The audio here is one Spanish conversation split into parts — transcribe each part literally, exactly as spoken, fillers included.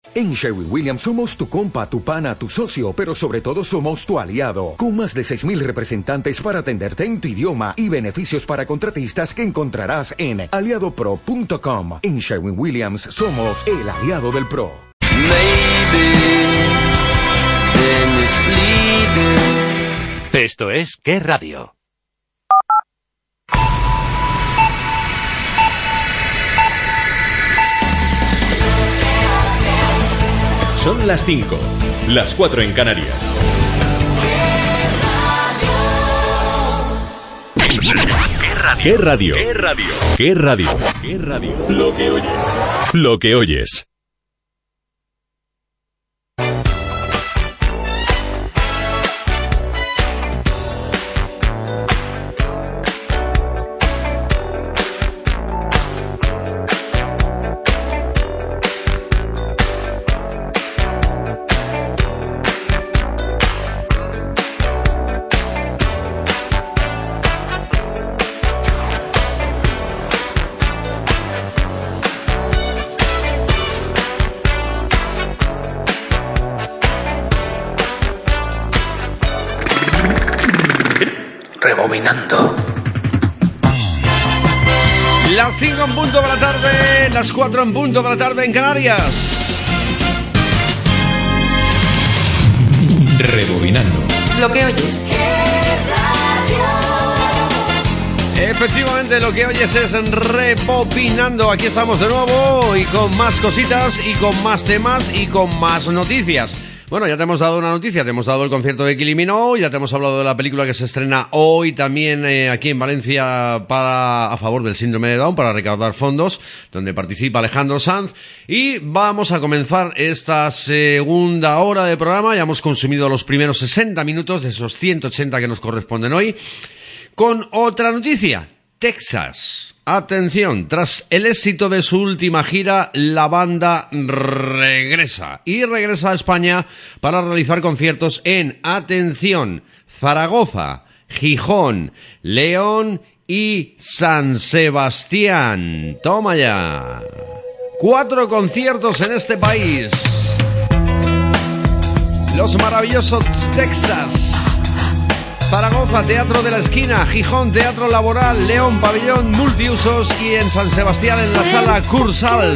En Sherwin-Williams somos tu compa, tu pana, tu socio, pero sobre todo somos tu aliado, con más de seis mil representantes para atenderte en tu idioma y beneficios para contratistas que encontrarás en aliado pro punto com. En Sherwin-Williams somos el aliado del pro. Esto es ¿Qué Radio? Son las cinco, las cuatro en Canarias. ¿Qué radio? ¿Qué radio? ¿Qué radio? ¿Qué radio? Lo que oyes. Lo que oyes. Rebobinando. Las cinco en punto de la tarde, las cuatro en punto de la tarde en Canarias. Rebobinando. Lo que oyes. Efectivamente, lo que oyes es Rebobinando. Aquí estamos de nuevo y con más cositas y con más temas y con más noticias. Bueno, ya te hemos dado una noticia, te hemos dado el concierto de Kylie Minogue, ya te hemos hablado de la película que se estrena hoy también eh, aquí en Valencia para a favor del síndrome de Down, para recaudar fondos, donde participa Alejandro Sanz. Y vamos a comenzar esta segunda hora de programa. Ya hemos consumido los primeros sesenta minutos de esos ciento ochenta que nos corresponden hoy, con otra noticia. Texas. Atención, tras el éxito de su última gira, la banda regresa. Y regresa a España para realizar conciertos en, atención, Zaragoza, Gijón, León y San Sebastián. Toma ya. Cuatro conciertos en este país. Los maravillosos Texas. Zaragoza, Teatro de la Esquina, Gijón, Teatro Laboral, León, Pabellón Multiusos y en San Sebastián en la Sala Cursal.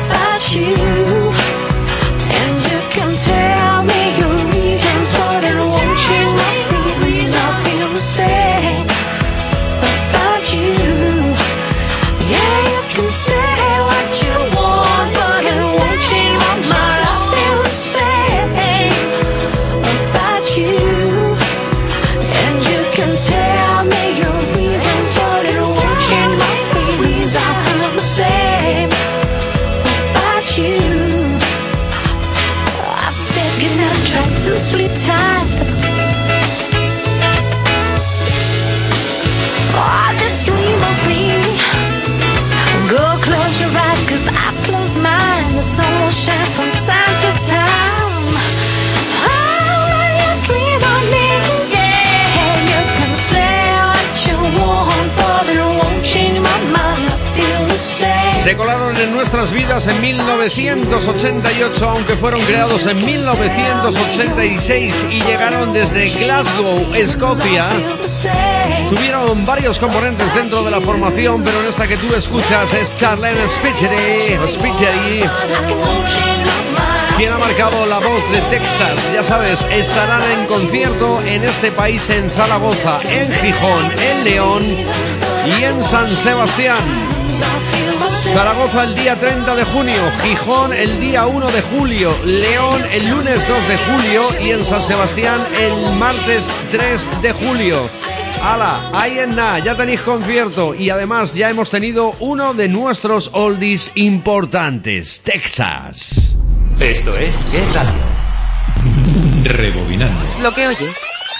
You, and you can tell me your reasons, but it tried to sleep tight. Oh, just dream of me. Go close your eyes, cause I've closed mine. The sun will shine from time to time. Oh, when you dream of me, yeah, you can say what you want, but it won't change my mind. I feel the same. Se colaron en nuestras vidas en mil novecientos ochenta y ocho, aunque fueron creados en mil novecientos ochenta y seis y llegaron desde Glasgow, Escocia. Tuvieron varios componentes dentro de la formación, pero en esta que tú escuchas es Charlene Spiteri, Spiteri, quien ha marcado la voz de Texas. Ya sabes, estarán en concierto en este país, en Zaragoza, en Gijón, en León y en San Sebastián. Zaragoza el día treinta de junio, Gijón el día uno de julio, León el lunes dos de julio y en San Sebastián el martes tres de julio. ¡Hala! Ahí en nada, ya tenéis concierto y además ya hemos tenido uno de nuestros oldies importantes, Texas. Esto es ¿Qué Radio? Rebobinando. Lo que oyes.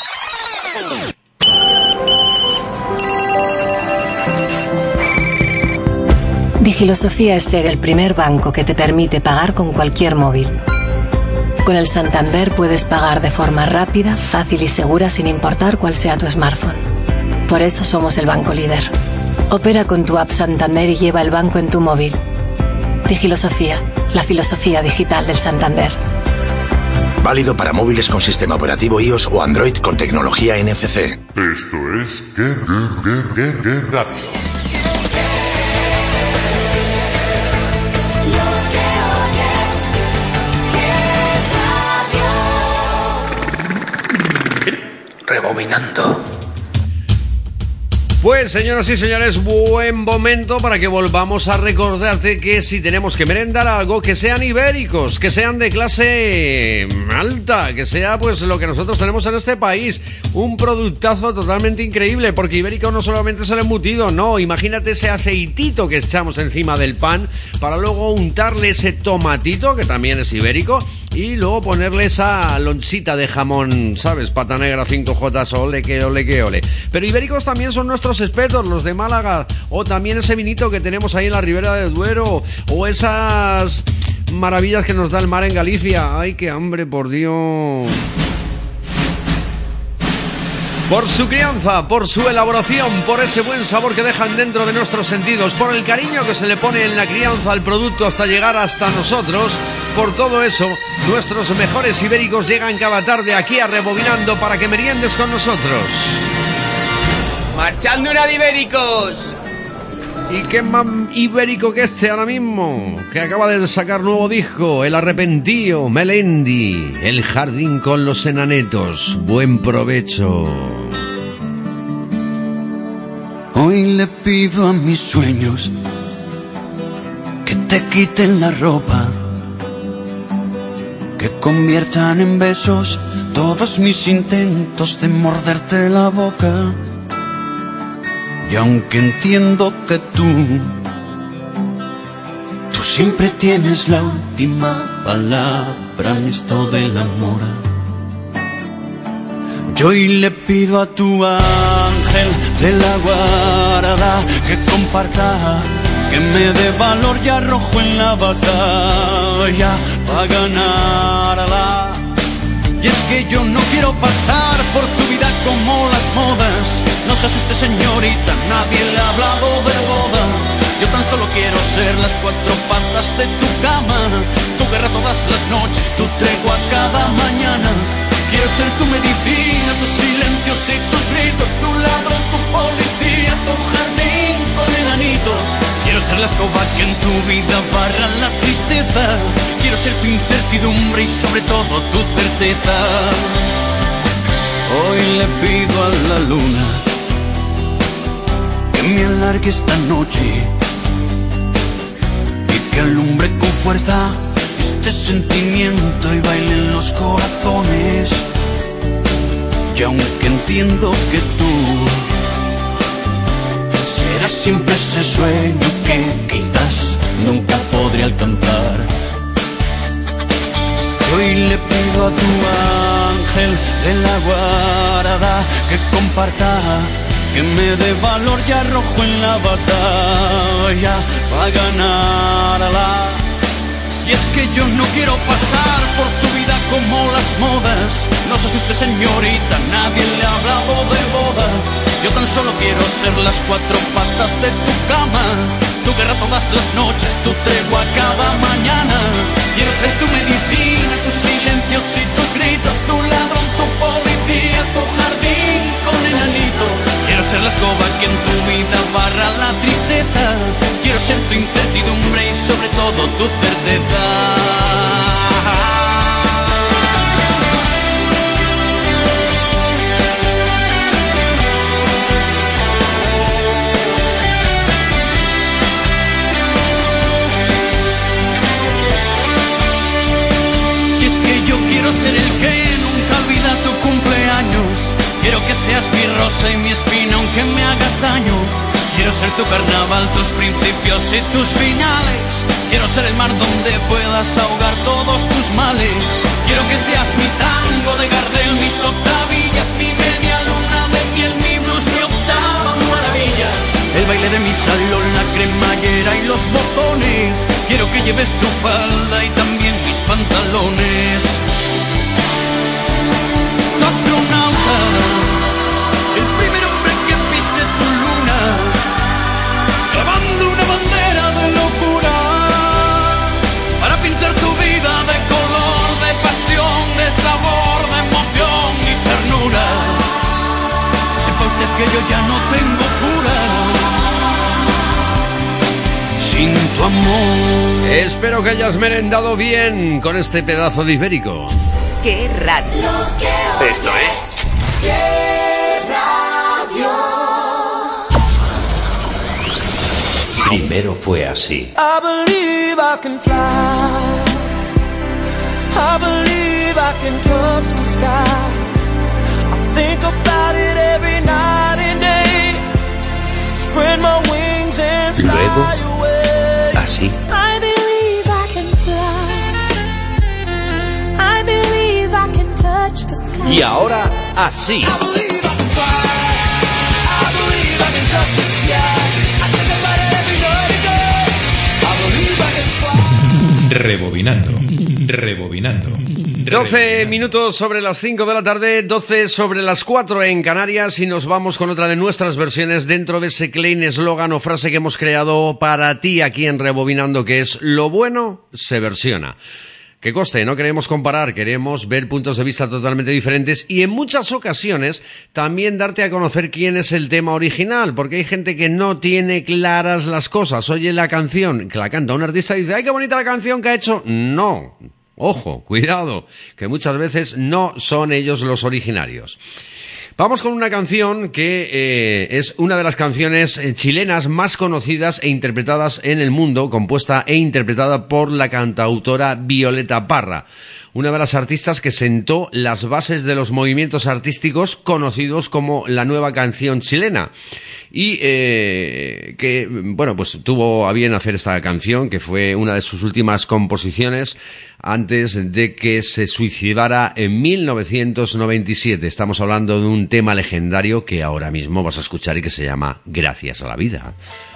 Digilosofía es ser el primer banco que te permite pagar con cualquier móvil. Con el Santander puedes pagar de forma rápida, fácil y segura sin importar cuál sea tu smartphone. Por eso somos el banco líder. Opera con tu app Santander y lleva el banco en tu móvil. Digilosofía, la filosofía digital del Santander. Válido para móviles con sistema operativo iOS o Android con tecnología N F C. Esto es ¿Qué, qué, qué, qué Radio? Rebobinando. Pues señoras y señores, buen momento para que volvamos a recordarte que si tenemos que merendar algo, que sean ibéricos, que sean de clase alta, que sea pues lo que nosotros tenemos en este país, un productazo totalmente increíble, porque ibérico no solamente es el embutido, no, imagínate ese aceitito que echamos encima del pan para luego untarle ese tomatito, que también es ibérico, y luego ponerle esa lonchita de jamón, ¿sabes? Pata negra, cinco jotas, ole que ole que ole. Pero ibéricos también son nuestros espetos, los de Málaga, o también ese vinito que tenemos ahí en la Ribera del Duero, o esas maravillas que nos da el mar en Galicia. ¡Ay, qué hambre, por Dios! Por su crianza, por su elaboración, por ese buen sabor que dejan dentro de nuestros sentidos, por el cariño que se le pone en la crianza al producto hasta llegar hasta nosotros, por todo eso, nuestros mejores ibéricos llegan cada tarde aquí a Rebobinando para que meriendes con nosotros. ¡Marchando una de ibéricos! ¿Y qué más ibérico que este ahora mismo? Que acaba de sacar nuevo disco, El Arrepentío, Melendi, El Jardín con los Enanetos. Buen provecho. Hoy le pido a mis sueños que te quiten la ropa, que conviertan en besos todos mis intentos de morderte la boca. Y aunque entiendo que tú, tú siempre tienes la última palabra en esto del amor, yo hoy le pido a tu ángel de la guarda que comparta, que me dé valor y arrojo en la batalla para ganarla. Y es que yo no quiero pasar por tu vida como las modas. No se asuste, señorita, nadie le ha hablado de boda. Yo tan solo quiero ser las cuatro patas de tu cama, tu guerra todas las noches, tu tregua cada mañana. Quiero ser tu medicina, tus silencios y tus gritos, tu ladrón, tu policía, tu jardín con enanitos. Quiero ser la escoba que en tu vida barra la tristeza. Quiero ser tu incertidumbre y sobre todo tu certeza. Hoy le pido a la luna que me alargue esta noche y que alumbre con fuerza este sentimiento y baile en los corazones. Y aunque entiendo que tú serás siempre ese sueño que quizás nunca podré alcanzar, hoy le pido a tu ángel de la guarda que comparta, que me dé valor y arrojo en la batalla para ganarla. Y es que yo no quiero pasar por tu vida como las modas. No se asuste, señorita, nadie le ha hablado de boda. Yo tan solo quiero ser las cuatro patas de tu cama, tu guerra todas las noches, tu tregua cada mañana. Quiero ser tu medicina, tus silencios y tus gritos, tu ladrón, tu policía, tu jardín con enanitos. Quiero ser la escoba que en tu vida barra la tristeza. Quiero ser tu incertidumbre y sobre todo tu certeza. Y es que yo quiero ser el que nunca olvida tu cumpleaños. Quiero que seas mi rosa y mi espina aunque me hagas daño. Quiero ser tu carnaval, tus principios y tus finales. Quiero ser el mar donde puedas ahogar todos tus males. Quiero que seas mi tango de Gardel, mis octavillas, mi media luna de miel, mi blues, mi octava maravilla. El baile de mi salón, la cremallera y los botones. Quiero que lleves tu falda y también mis pantalones. Tu astronauta, el primer hombre que pise tu luna, clavando una bandera de locura para pintar tu vida de color, de pasión, de sabor, de emoción y ternura. Sepa usted que yo ya no tengo cura sin tu amor. Espero que hayas merendado bien con este pedazo de Ibérico. ¡Qué radio! Esto es ¡Qué radio! Primero fue así. I believe I can fly. I believe I can touch the sky. I think about it every night and day. Spread my wings and fly Luego, away. así. I believe I can fly. I believe I can touch the sky. Y ahora, así. I believe I can fly. I believe I can touch the sky. I think about it every night and day. I believe I can fly. Rebobinando, rebobinando. doce minutos sobre las cinco de la tarde, doce sobre las cuatro en Canarias, y nos vamos con otra de nuestras versiones dentro de ese claim, eslogan o frase que hemos creado para ti aquí en Rebobinando, que es: lo bueno se versiona. Que conste, no queremos comparar, queremos ver puntos de vista totalmente diferentes y en muchas ocasiones también darte a conocer quién es el tema original, porque hay gente que no tiene claras las cosas. Oye la canción, que la canta un artista y dice: ¡ay, qué bonita la canción que ha hecho! No, ojo, cuidado, que muchas veces no son ellos los originarios. Vamos con una canción que eh, es una de las canciones eh, chilenas más conocidas e interpretadas en el mundo, compuesta e interpretada por la cantautora Violeta Parra, una de las artistas que sentó las bases de los movimientos artísticos conocidos como la nueva canción chilena. Y eh, que, bueno, pues tuvo a bien hacer esta canción, que fue una de sus últimas composiciones antes de que se suicidara en mil novecientos noventa y siete. Estamos hablando de un tema legendario que ahora mismo vas a escuchar y que se llama Gracias a la vida.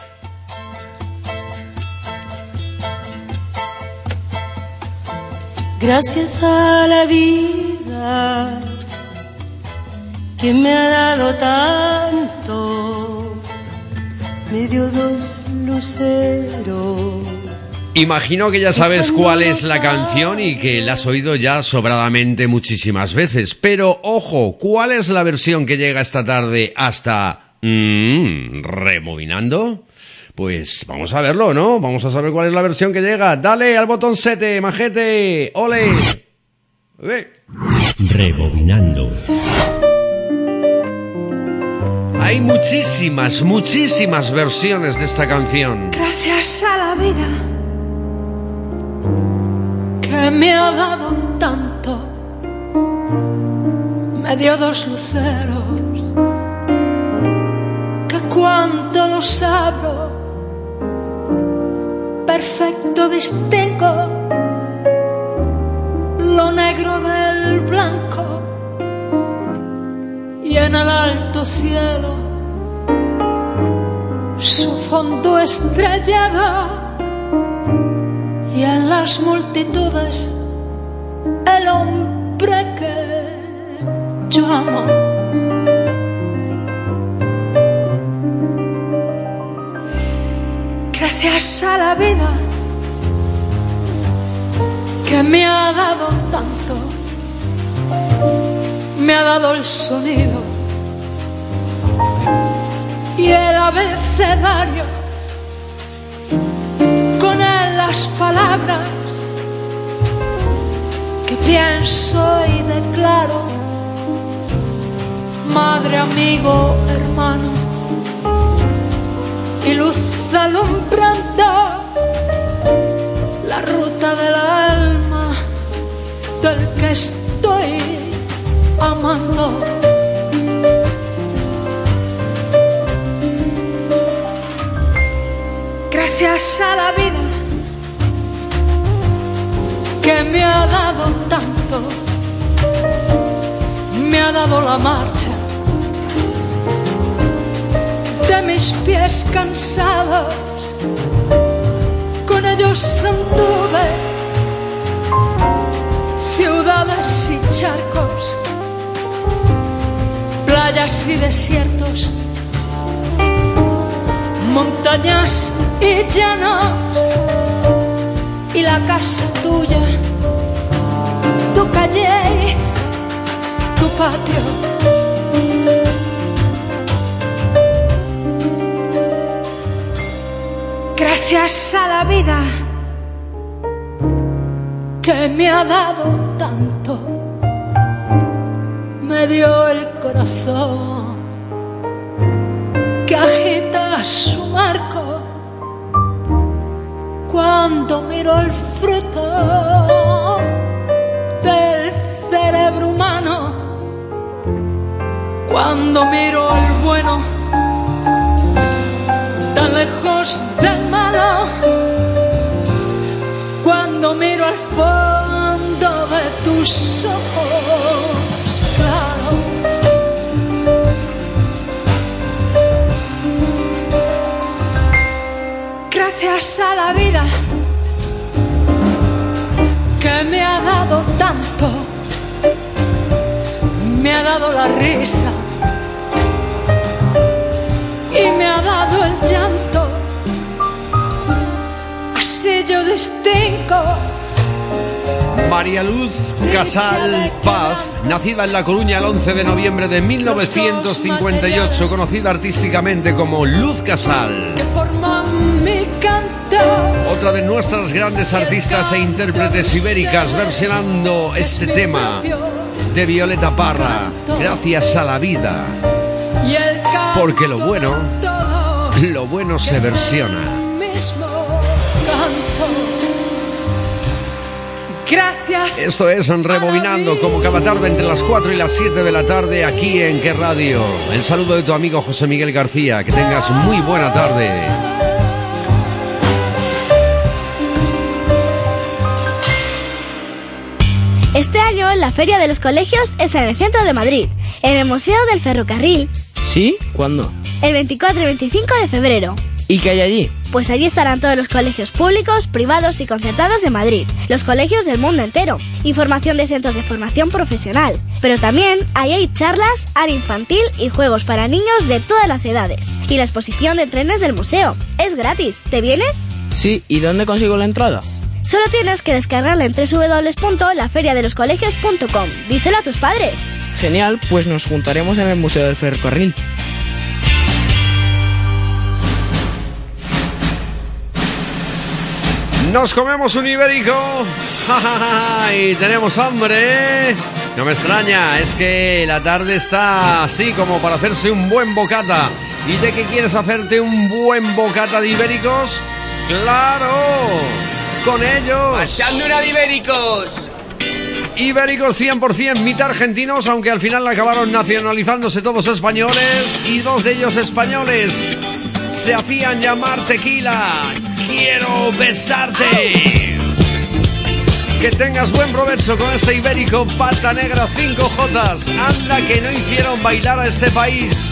Gracias a la vida que me ha dado tanto, me dio dos luceros. Imagino que ya sabes cuál es la canción y que la has oído ya sobradamente muchísimas veces, pero ojo, ¿cuál es la versión que llega esta tarde hasta mmm, Rebobinando? Pues vamos a verlo, ¿no? Vamos a saber cuál es la versión que llega. Dale al botón sete, majete. ¡Ole! ¡Eh! Rebobinando. Hay muchísimas, muchísimas versiones de esta canción. Gracias a la vida que me ha dado tanto, me dio dos luceros que cuando los abro perfecto distingo lo negro del blanco y en el alto cielo su fondo estrellado y en las multitudes el hombre que yo amo. Gracias a la vida que me ha dado tanto, me ha dado el sonido y el abecedario, con él las palabras que pienso y declaro, madre, amigo, hermano, y luz alumbrando la ruta del alma del que estoy amando. Gracias a la vida que me ha dado tanto, me ha dado la marcha de mis pies cansados, con ellos anduve ciudades y charcos, playas y desiertos, montañas y llanos, y la casa tuya, tu calle, tu patio. Gracias a la vida que me ha dado tanto, me dio el corazón que agita su marco cuando miro el fruto del cerebro humano, cuando miro el bueno tan lejos del malo, cuando miro al fondo de tus ojos, claro. Gracias a la vida que me ha dado tanto, me ha dado la risa y me ha dado el llanto, así yo distingo. María Luz Casal Paz, nacida en La Coruña el once de noviembre de mil novecientos cincuenta y ocho, conocida artísticamente como Luz Casal. Otra de nuestras grandes artistas e intérpretes ibéricas, versionando este tema de Violeta Parra, Gracias a la vida. Porque lo bueno, lo bueno se versiona. Gracias. Esto es Rebobinando, como cada tarde entre las cuatro y las siete de la tarde aquí en Qué Radio. El saludo de tu amigo José Miguel García. Que tengas muy buena tarde. Este año la Feria de los Colegios es en el centro de Madrid, en el Museo del Ferrocarril. ¿Sí? ¿Cuándo? El veinticuatro y veinticinco de febrero. ¿Y qué hay allí? Pues allí estarán todos los colegios públicos, privados y concertados de Madrid, los colegios del mundo entero, información de centros de formación profesional. Pero también ahí hay charlas, área infantil y juegos para niños de todas las edades. Y la exposición de trenes del museo. Es gratis. ¿Te vienes? Sí, ¿y dónde consigo la entrada? Solo tienes que descargarla en doble u doble u doble u punto la feria de los colegios punto com. Díselo a tus padres. Genial, pues nos juntaremos en el Museo del Ferrocarril. Nos comemos un ibérico. Ja, ja, ja, y tenemos hambre. No me extraña, es que la tarde está así como para hacerse un buen bocata. ¿Y de qué quieres hacerte un buen bocata de ibéricos? ¡Claro! ¡Con ellos! ¡Pasando una de ibéricos! Ibéricos cien por ciento, mitad argentinos, aunque al final acabaron nacionalizándose todos españoles, y dos de ellos españoles se hacían llamar Tequila. ¡Quiero besarte! Que tengas buen provecho con este ibérico Pata Negra cinco jotas. Anda que no hicieron bailar a este país.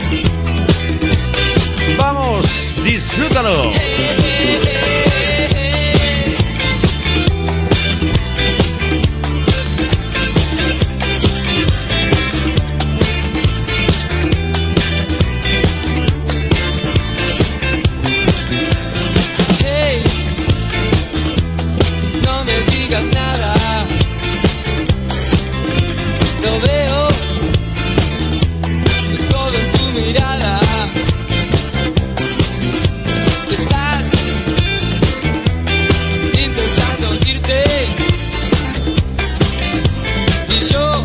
Vamos, disfrútalo. Nada, lo veo todo en tu mirada. Estás intentando irte y yo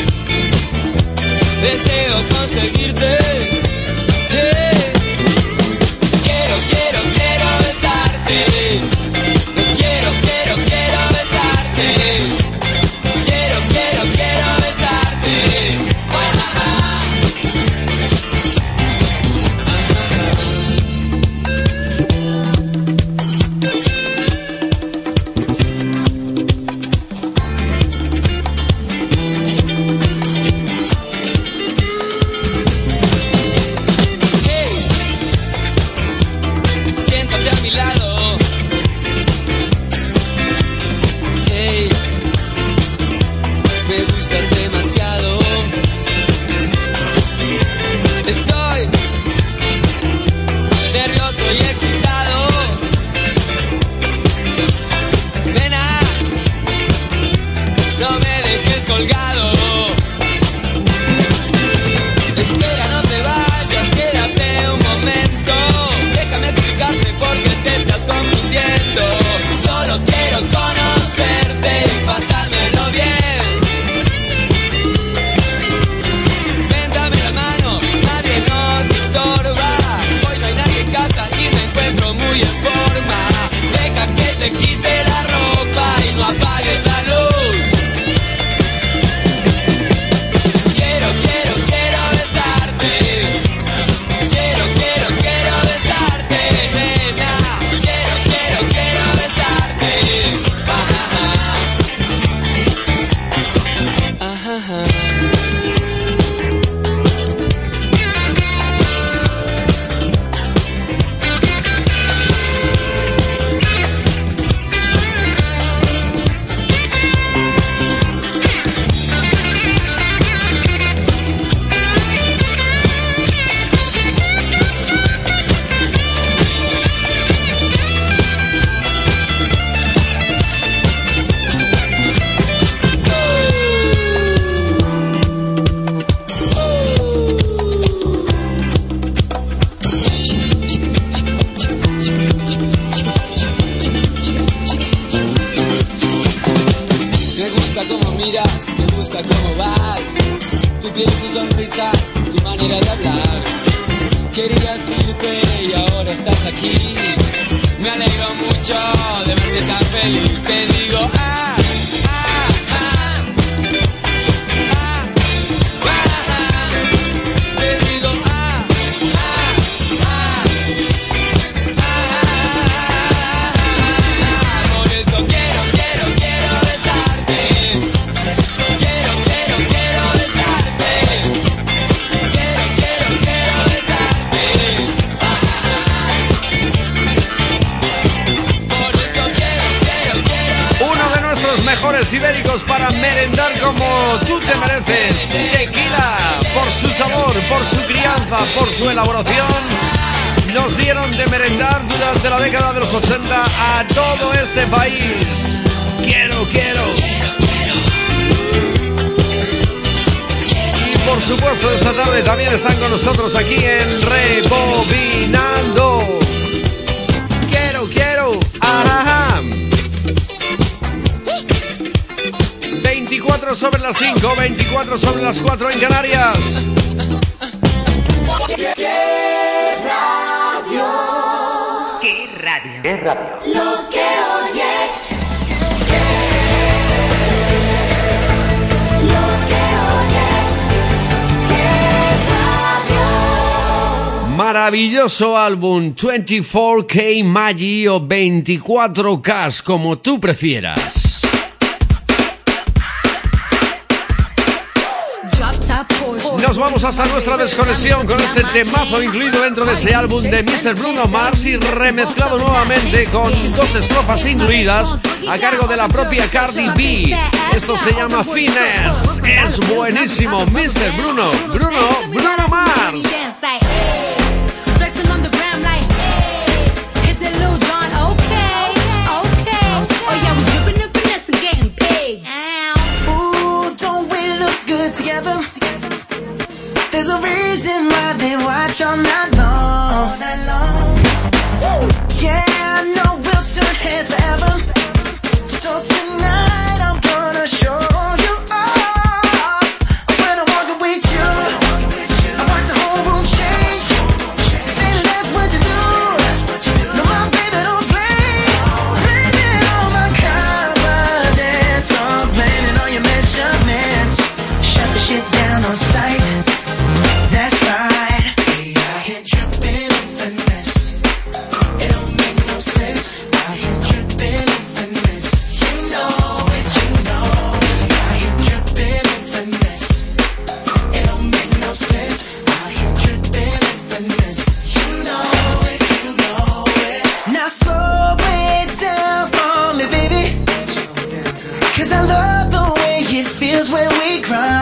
deseo conseguirte. Hey. Quiero, quiero, quiero besarte. Quiero, quiero, quiero besarte. Quiero, quiero, quiero besarte. Ah, hey, siéntate a mi lado. Hey, me gustas demasiado. Estoy nervioso y excitado. Nena, no me dejes colgado. Espera, no te vayas, quédate un momento. Déjame explicarte por qué te estás confundiendo. Solo quiero conocerte y pasármelo bien. Ven, dame la mano, nadie nos estorba. Hoy no hay nadie en casa y me encuentro muy en forma. Deja que te quite la ropa y no apagues la luz. Quiero, quiero, quiero besarte. Quiero, quiero, quiero besarte, nena. Quiero, quiero, quiero besarte. Ajá, ajá. Me gusta cómo miras, me gusta cómo vas. Tu piel, tu sonrisa, tu manera de hablar. Querías irte y ahora estás aquí. Me alegro mucho de verte tan feliz. Te digo, ah, ah, ah. Ah, ah. Te digo, ah, ah, ah. Ah, por eso quiero, quiero, quiero besarte. Quiero, quiero, quiero besarte. Quiero, quiero, quiero besarte. Por eso quiero, quiero, quiero. Uno de nuestros mejores ibéricos para merendar como tú te mereces. Tequila, por su sabor, por su crianza, por su elaboración. Nos dieron de merendar durante la década de los ochenta a todo este país. Quiero, quiero. Y por supuesto esta tarde también están con nosotros aquí en Rebobinando. Quiero, quiero. Ajá. veinticuatro sobre las cinco, veinticuatro sobre las cuatro en Canarias. ¿Qué radio? ¿Qué radio? ¿Qué radio? Lo que oyes. Lo que oyes. ¿Qué radio? Maravilloso álbum veinticuatro K Magi o veinticuatro K, como tú prefieras. nos vamos hasta nuestra desconexión con este temazo incluido dentro de ese álbum de mister Bruno Mars y remezclado nuevamente con dos estrofas incluidas a cargo de la propia Cardi B. Esto se llama Finesse. Es buenísimo. mister Bruno, Bruno, Bruno Mars. Together, there's a reason why they watch all night long. All night long. Woo. Yeah, I know we'll turn heads forever. So tonight I'm gonna show you all. When I'm walking with you, I watch the whole room change. Baby, that's what you do. No, my baby don't play. Blaming on my confidence, I'm blaming on your measurements. Shut the shit down on sight. That's right. Hey, I hit tripping in finesse. It don't make no sense. I hit tripping in finesse. You know it, you know it. I hit tripping in finesse. It don't make no sense. I hit tripping in finesse. You know it, you know it. Now slow it down for me, baby. 'Cause I love the way it feels when we grind.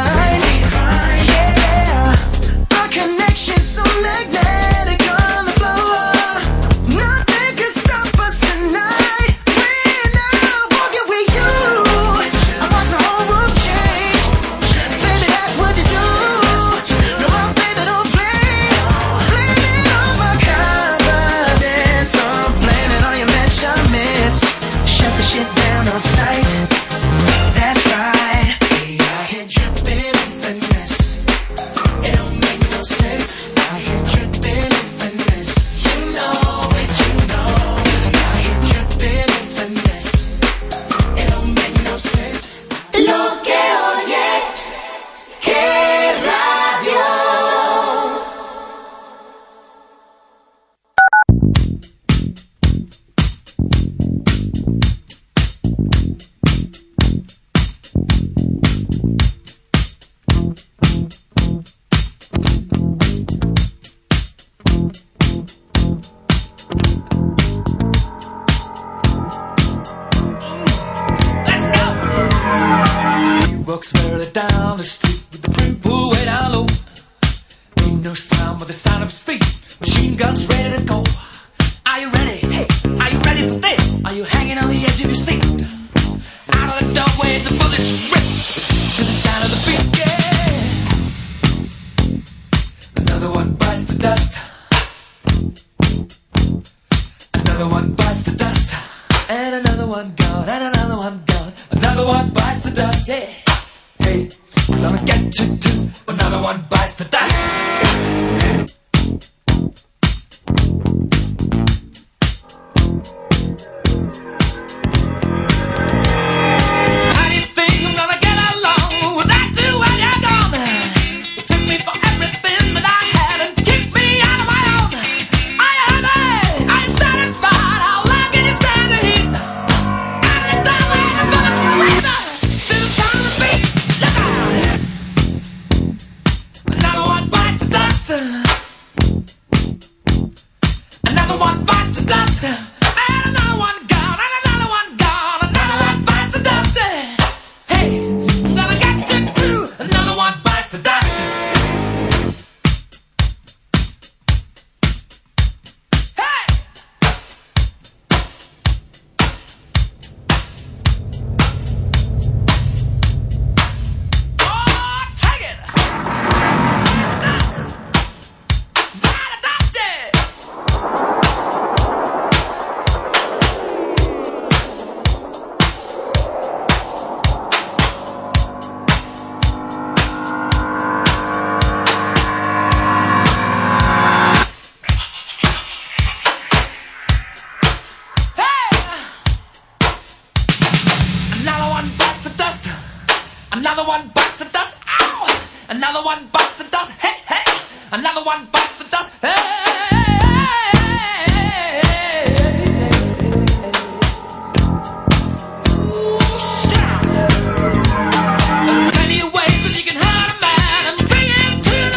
Many ways that you can hurt a man and bring him to the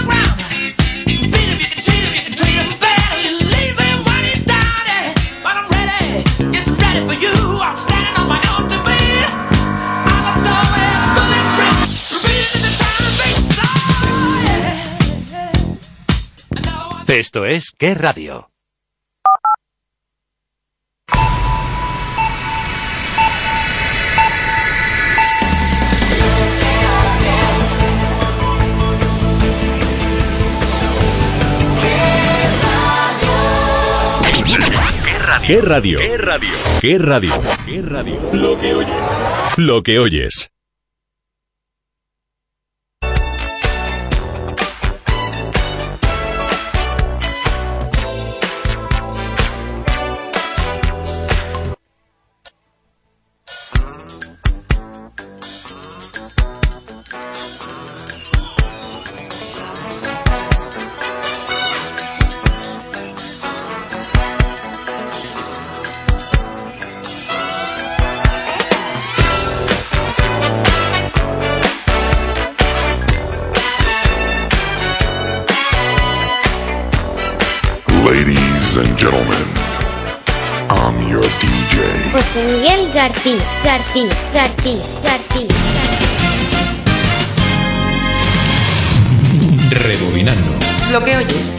Esto es ¿Qué radio? ¿Qué radio? ¿Qué radio? ¿Qué radio? ¿Qué radio? Lo que oyes. Lo que oyes. José Miguel García, García, García, García. Rebobinando. Lo que oyes.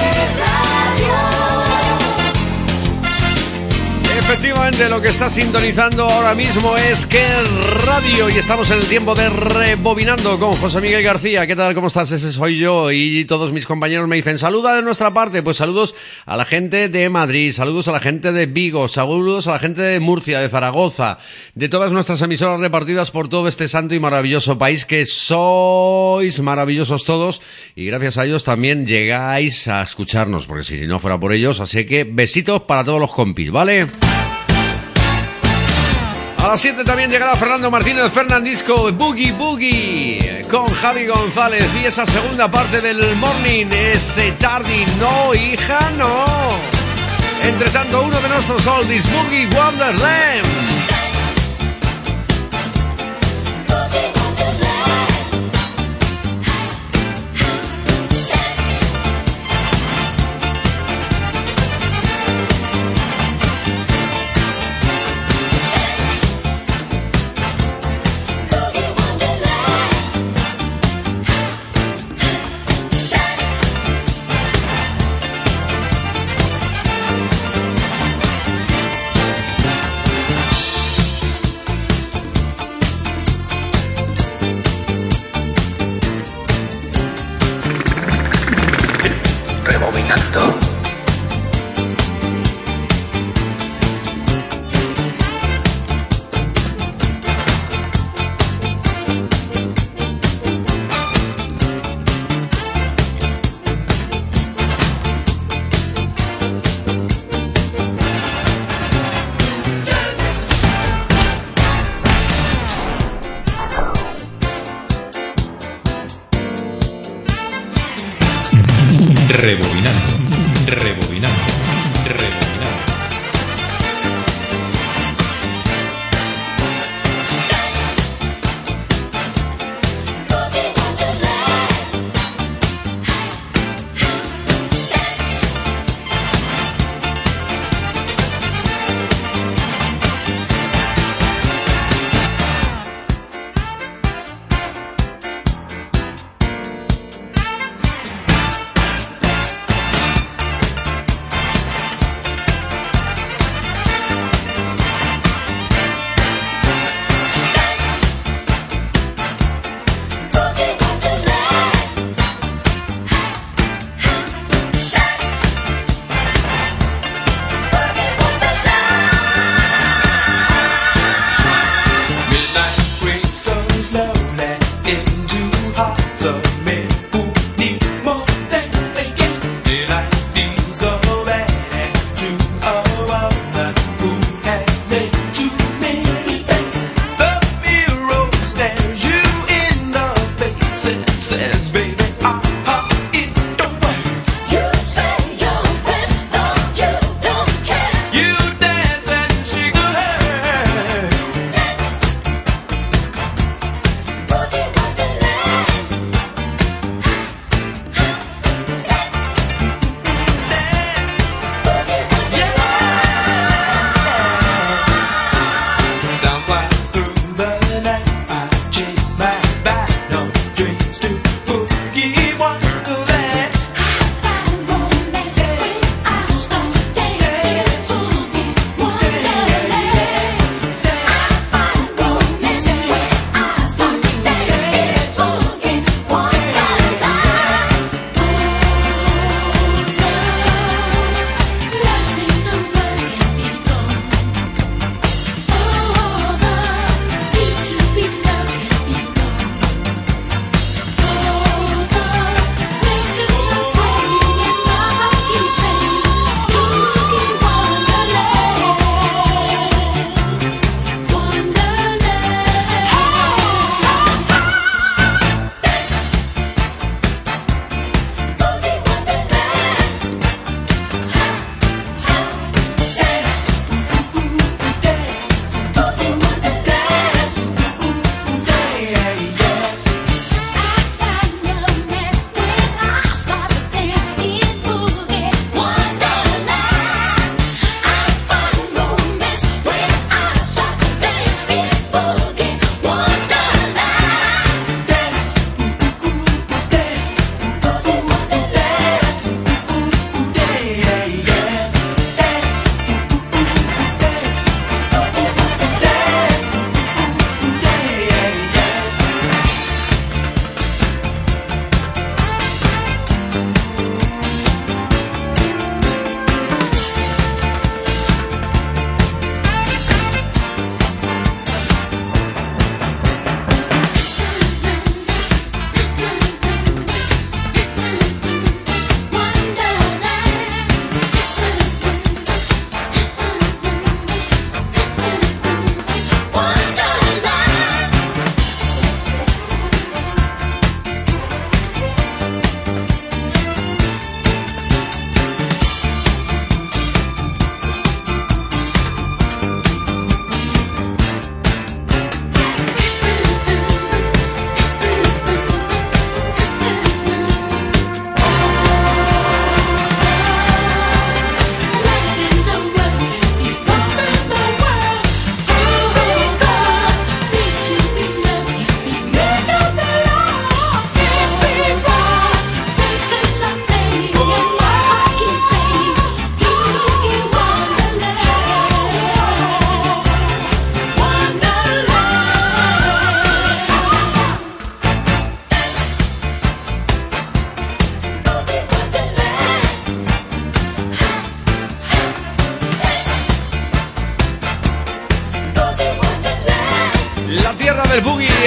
Efectivamente, lo que está sintonizando ahora mismo es ¿Qué radio? Y estamos en el tiempo de Rebobinando con José Miguel García. ¿Qué tal? ¿Cómo estás? Ese soy yo y todos mis compañeros me dicen saluda de nuestra parte. Pues saludos a la gente de Madrid, saludos a la gente de Vigo, saludos a la gente de Murcia, de Zaragoza, de todas nuestras emisoras repartidas por todo este santo y maravilloso país, que sois maravillosos todos y gracias a ellos también llegáis a escucharnos, porque si no fuera por ellos, así que besitos para todos los compis, ¿vale? A las siete también llegará Fernando Martínez Fernandisco, Boogie Boogie, con Javi González. Y esa segunda parte del morning, ese tarde, no, hija, no. Entre tanto, uno de nuestros oldies, Boogie Wonderland. Rebobinando, rebobinando, rebobinando.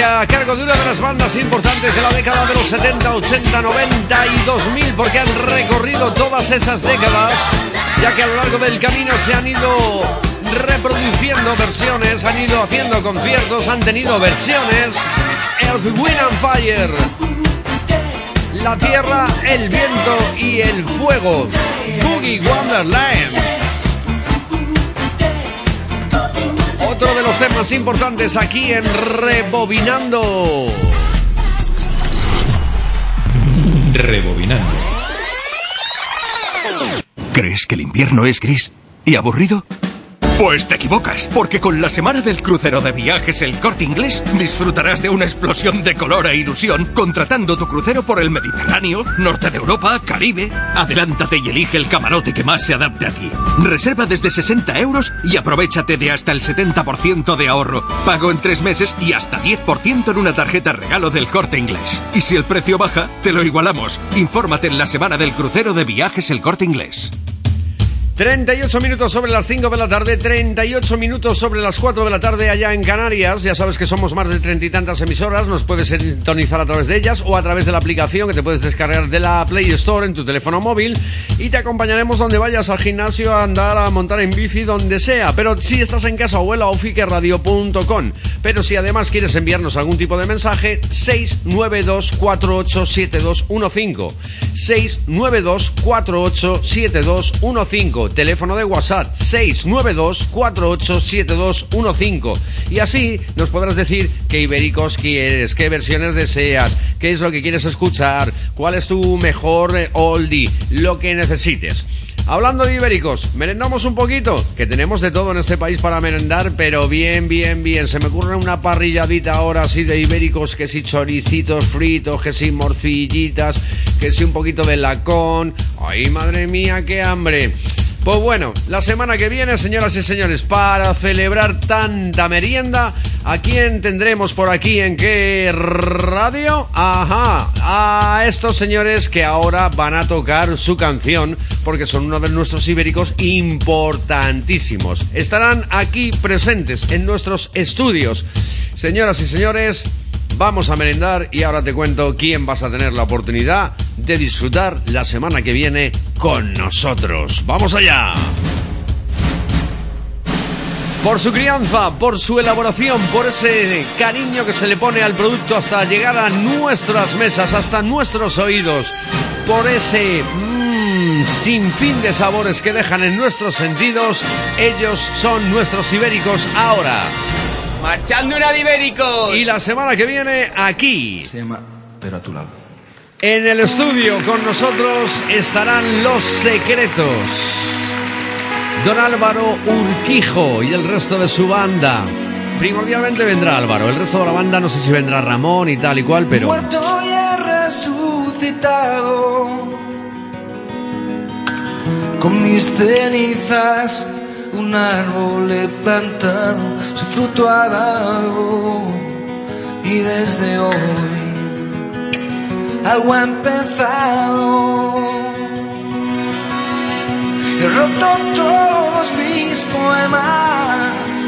a cargo de una de las bandas importantes de la década de los setenta, ochenta, noventa y dos mil, porque han recorrido todas esas décadas, ya que a lo largo del camino se han ido reproduciendo versiones, han ido haciendo conciertos, han tenido versiones. Earth, Wind and Fire, la tierra, el viento y el fuego, Boogie Wonderland. Otro de los temas importantes aquí en Rebobinando. Rebobinando. ¿Crees que el invierno es gris y aburrido? Pues te equivocas, porque con la semana del crucero de Viajes El Corte Inglés disfrutarás de una explosión de color e ilusión contratando tu crucero por el Mediterráneo, norte de Europa, Caribe. Adelántate y elige el camarote que más se adapte a ti. Reserva desde sesenta euros y aprovechate de hasta el setenta por ciento de ahorro. Pago en tres meses y hasta diez por ciento en una tarjeta regalo del Corte Inglés. Y si el precio baja, te lo igualamos. Infórmate en la semana del crucero de Viajes El Corte Inglés. treinta y ocho minutos sobre las cinco de la tarde, treinta y ocho minutos sobre las cuatro de la tarde allá en Canarias. Ya sabes que somos más de treinta y tantas emisoras, nos puedes sintonizar a través de ellas o a través de la aplicación que te puedes descargar de la Play Store en tu teléfono móvil, y te acompañaremos donde vayas, al gimnasio, a andar, a montar en bici, donde sea. Pero si estás en casa o en la ofi que radio punto com. Pero si además quieres enviarnos algún tipo de mensaje, seis nueve dos cuatro ocho siete dos uno cinco, seis nueve dos cuatro ocho siete dos uno cinco. Teléfono de WhatsApp seis nueve dos cuatro ocho siete dos uno cinco, y así nos podrás decir qué ibéricos quieres, qué versiones deseas, qué es lo que quieres escuchar, cuál es tu mejor oldie, lo que necesites. Hablando de ibéricos, merendamos un poquito, que tenemos de todo en este país para merendar, pero bien, bien, bien. Se me ocurre una parrilladita ahora así de ibéricos, que si choricitos fritos, que si morcillitas, que si un poquito de lacón. Ay, madre mía, qué hambre. Pues bueno, la semana que viene, señoras y señores, para celebrar tanta merienda, ¿a quién tendremos por aquí? ¿En qué radio? Ajá, a estos señores que ahora van a tocar su canción, porque son uno de nuestros ibéricos importantísimos. Estarán aquí presentes en nuestros estudios. Señoras y señores, vamos a merendar y ahora te cuento quién vas a tener la oportunidad de disfrutar la semana que viene con nosotros. ¡Vamos allá! Por su crianza, por su elaboración, por ese cariño que se le pone al producto hasta llegar a nuestras mesas, hasta nuestros oídos, por ese mmm, sinfín de sabores que dejan en nuestros sentidos, ellos son nuestros ibéricos ahora. ¡Marchando una de ibéricos! Y la semana que viene, aquí. Se llama Pero a tu lado. En el estudio con nosotros estarán Los Secretos, don Álvaro Urquijo y el resto de su banda. Primordialmente vendrá Álvaro, el resto de la banda no sé si vendrá Ramón y tal y cual, pero... Muerto y he resucitado, con mis cenizas un árbol he plantado, su fruto ha dado, y desde hoy algo ha empezado. He roto todos mis poemas,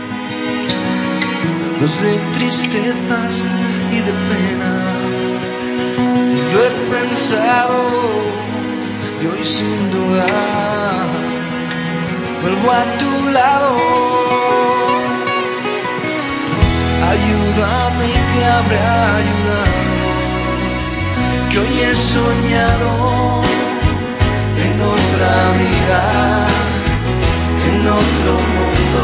los de tristezas y de pena, y lo he pensado, y hoy sin duda vuelvo a tu lado. Ayúdame y te habré ayudado, que hoy he soñado en otra vida, en otro mundo,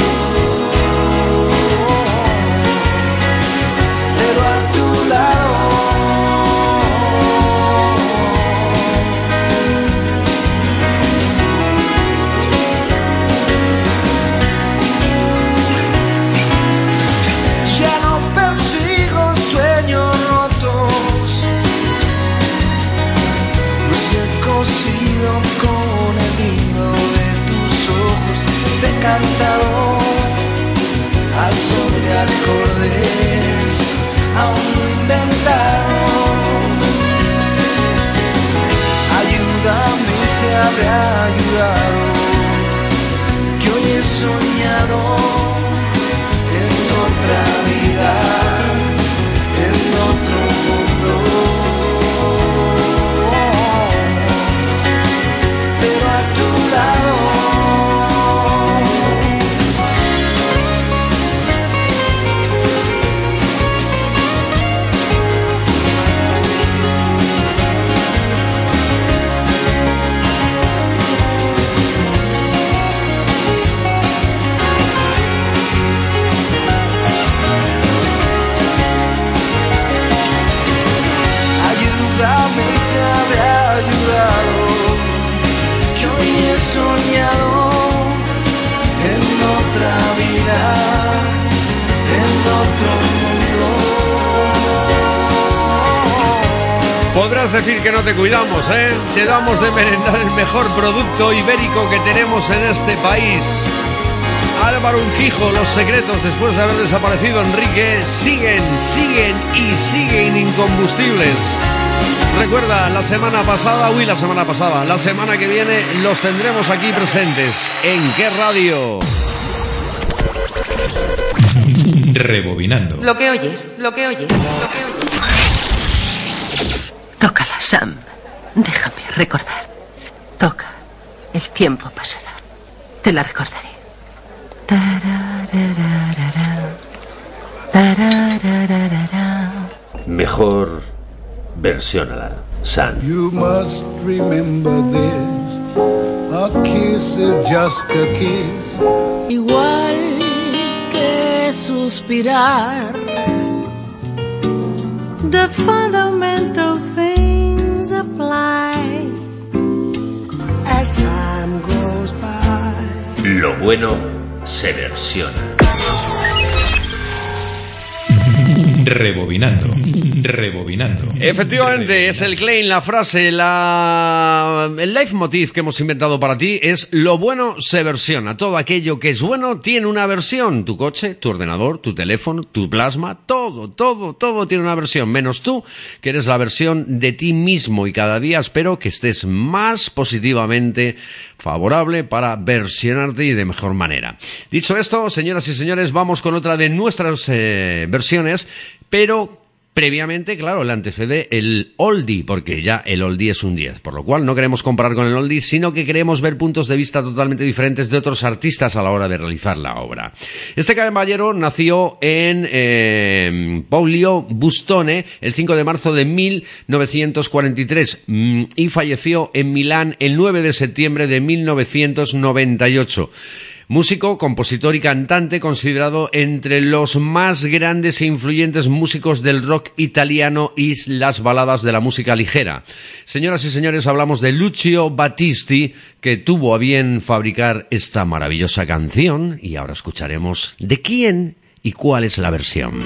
pero a tu lado. Ya no persigo sueños rotos, los he cosido con el hilo de tus ojos, te he cantado al son de acordes, aún no inventado. Ayúdame, te habré ayudado, que hoy he soñado en otra vida. Podrás decir que no te cuidamos, ¿eh? Te damos de merendar el mejor producto ibérico que tenemos en este país. Álvaro Urquijo, Los Secretos, después de haber desaparecido Enrique, siguen, siguen y siguen incombustibles. Recuerda, la semana pasada, uy, la semana pasada, la semana que viene los tendremos aquí presentes. ¿En qué radio? Rebobinando. Lo que oyes, lo que oyes, lo que oyes. Tócala, Sam. Déjame recordar. Toca. El tiempo pasará. Te la recordaré. Mejor versiónala, Sam. You must remember this. A kiss is just a kiss. Igual que suspirar. The fundamental things apply as time goes by. Lo bueno se versiona. Rebobinando, rebobinando. Efectivamente, es el claim, la frase, la... el leitmotiv que hemos inventado para ti es: lo bueno se versiona. Todo aquello que es bueno tiene una versión. Tu coche, tu ordenador, tu teléfono, tu plasma, todo, todo, todo tiene una versión. Menos tú, que eres la versión de ti mismo. Y cada día espero que estés más positivamente favorable para versionarte y de mejor manera. Dicho esto, señoras y señores, vamos con otra de nuestras eh, versiones, pero previamente, claro, le antecede el oldie, porque ya el oldie es un diez, por lo cual no queremos comparar con el oldie, sino que queremos ver puntos de vista totalmente diferentes de otros artistas a la hora de realizar la obra. Este caballero nació en eh, Paulio Bustone el cinco de marzo de mil novecientos cuarenta y tres mmm, y falleció en Milán el nueve de septiembre de mil novecientos noventa y ocho. Músico, compositor y cantante, considerado entre los más grandes e influyentes músicos del rock italiano y las baladas de la música ligera. Señoras y señores, hablamos de Lucio Battisti, que tuvo a bien fabricar esta maravillosa canción, y ahora escucharemos de quién y cuál es la versión.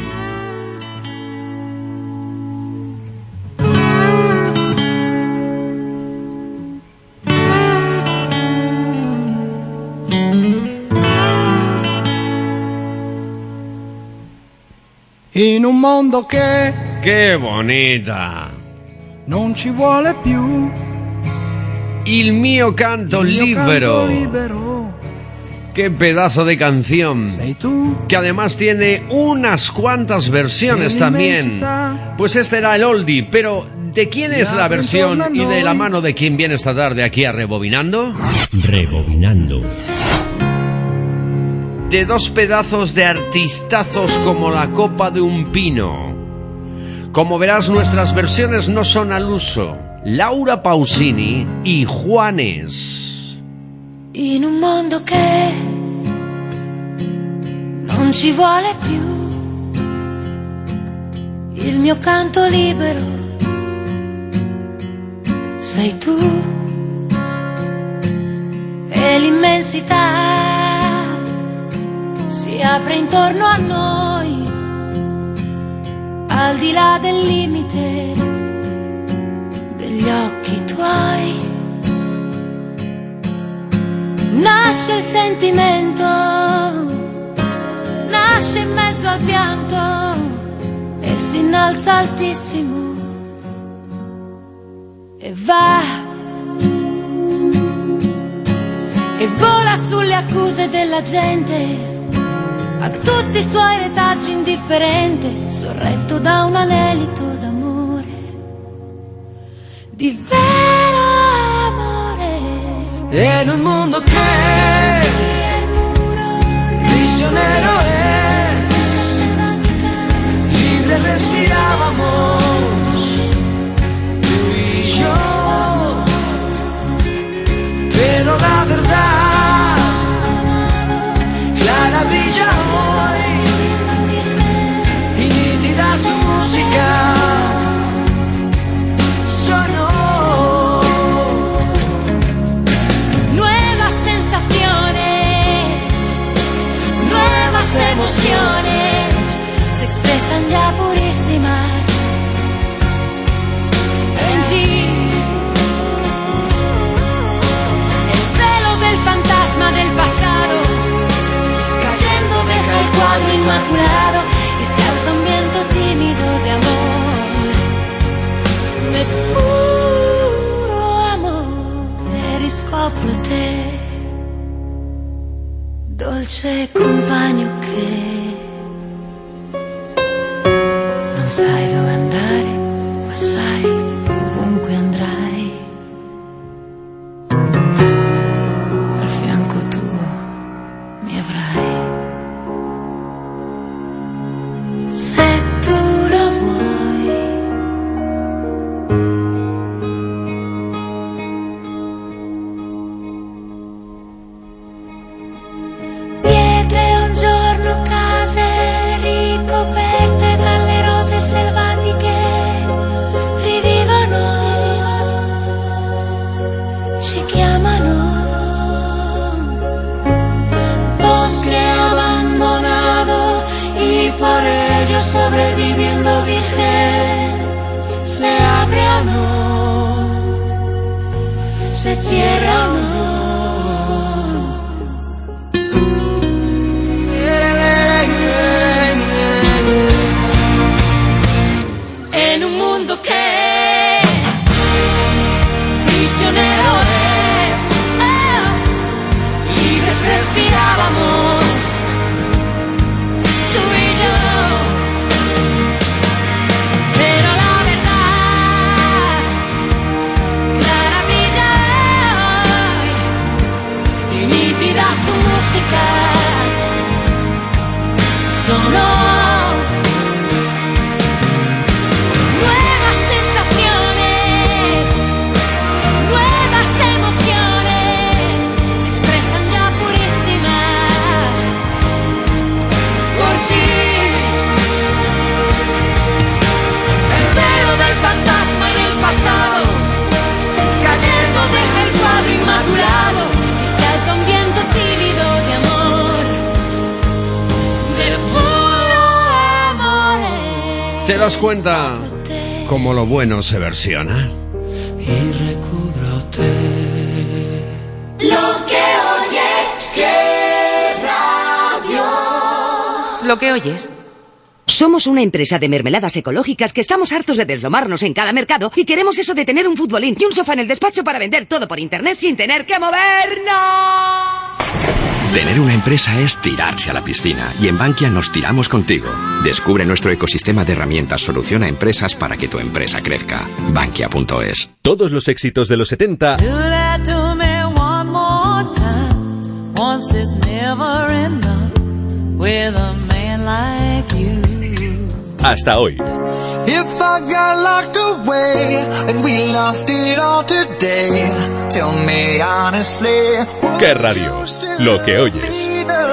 In un mondo che ¡Qué bonita! non ci vuole più Il mio canto il mio libero. canto libero. ¡Qué pedazo de canción! Sei tu. Que además tiene unas cuantas versiones también. Pues este era el oldie, pero ¿de quién es la versión y de la mano de quién viene esta tarde aquí a Rebobinando? Rebobinando. De dos pedazos de artistazos como la copa de un pino. Como verás, nuestras versiones no son al uso. Laura Pausini y Juanes. In un mondo che non ci vuole più il mio canto libero, sei tu e l'immensità si apre intorno a noi, al di là del limite degli occhi tuoi. Nasce il sentimento, nasce in mezzo al pianto e si innalza altissimo e va e vola sulle accuse della gente, a tutti i suoi retaggi indifferente, sorretto da un anelito d'amore, di vero amore. E in un mondo che prisionero es, libre respirábamos, tú y yo, pero la verdad clara brilla hoy y nítida su música sonó. Nueva sei compagno che non sai dove andare, ma sai che ovunque andrai, al fianco tuo mi avrai. Se tu lo vuoi, pietre un giorno, case ricoperte dalle rose selvatiche rivivono, ci chiamano, bosque abandonado y por ello sobreviviendo virgen, se abre o no, se cierra o no. En un mundo que prisionero es, oh, libres respirábamos, tú y yo, pero la verdad clara brilla hoy y nítida su música sonó. Nuevas sensaciones, nuevas emociones se expresan ya purísimas por ti. El velo del fantasma y del pasado cayendo deja el cuadro inmaculado y se alza un viento tímido de amor, de puro amor. ¿Te das cuenta cómo lo bueno se versiona? Y recúbrote. Lo que oyes, que radio. Lo que oyes. Somos una empresa de mermeladas ecológicas que estamos hartos de deslomarnos en cada mercado y queremos eso de tener un futbolín y un sofá en el despacho para vender todo por internet sin tener que movernos. Tener una empresa es tirarse a la piscina y en Bankia nos tiramos contigo. Descubre nuestro ecosistema de herramientas Solución a Empresas para que tu empresa crezca. Bankia punto es. Todos los éxitos de los setenta Do that to me one more time. Once is never enough with a man like you. hasta hoy. If I got locked away and we lost it all today, tell me honestly. ¿Qué radio? Lo que oyes.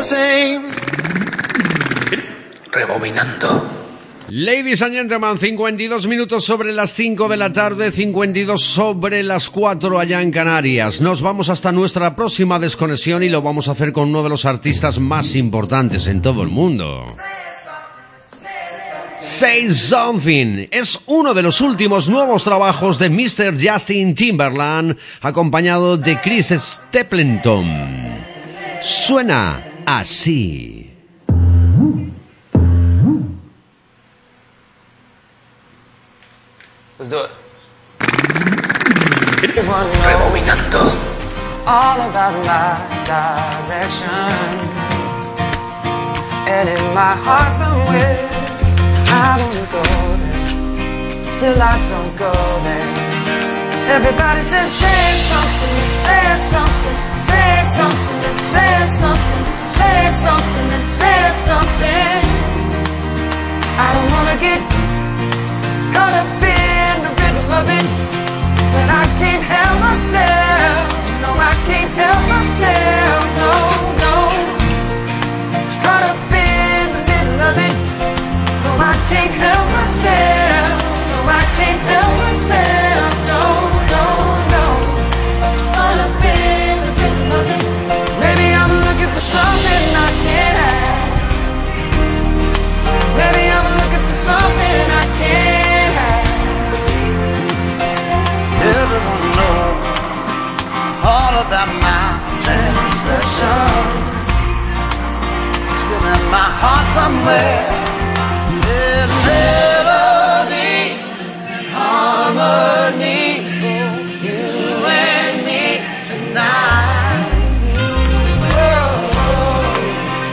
Rebobinando. Ladies and gentlemen, cincuenta y dos minutos sobre las cinco de la tarde, cincuenta y dos sobre las cuatro allá en Canarias. Nos vamos hasta nuestra próxima desconexión y lo vamos a hacer con uno de los artistas más importantes en todo el mundo. Say Something es uno de los últimos nuevos trabajos de mister Justin Timberland, acompañado de Chris Stapleton. Suena así. Let's do it. Rebobinando. All about my direction, and in my heart somewhere I wanna go there, still I don't go there. Everybody says say something, say something, say something, say something, say something, say something. I don't wanna get caught up in the rhythm of it, but I can't help myself. No, I can't help myself. No, no. Caught up in the middle of it. No, I can't help myself. No, I can't help myself. No, no, no. Caught up in the rhythm of it. Maybe I'm looking for something I can't have. Maybe I'm looking for something I can't have. Everyone knows all about my transgression. Still in my heart somewhere, there's melody, harmony, you and me tonight. Oh,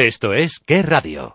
Esto es ¿Qué radio?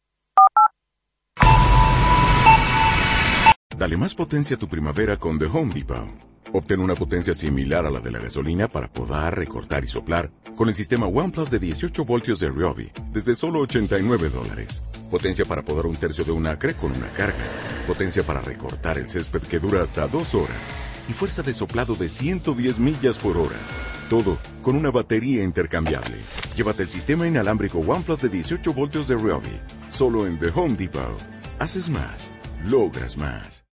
Dale más potencia a tu primavera con The Home Depot. Obtén una potencia similar a la de la gasolina para podar, recortar y soplar con el sistema OnePlus de dieciocho voltios de Ryobi desde solo ochenta y nueve dólares. Potencia para podar un tercio de un acre con una carga. Potencia para recortar el césped que dura hasta dos horas. Y fuerza de soplado de ciento diez millas por hora. Todo con una batería intercambiable. Llévate el sistema inalámbrico OnePlus de dieciocho voltios de Ryobi. Solo en The Home Depot. Haces más. Logras más.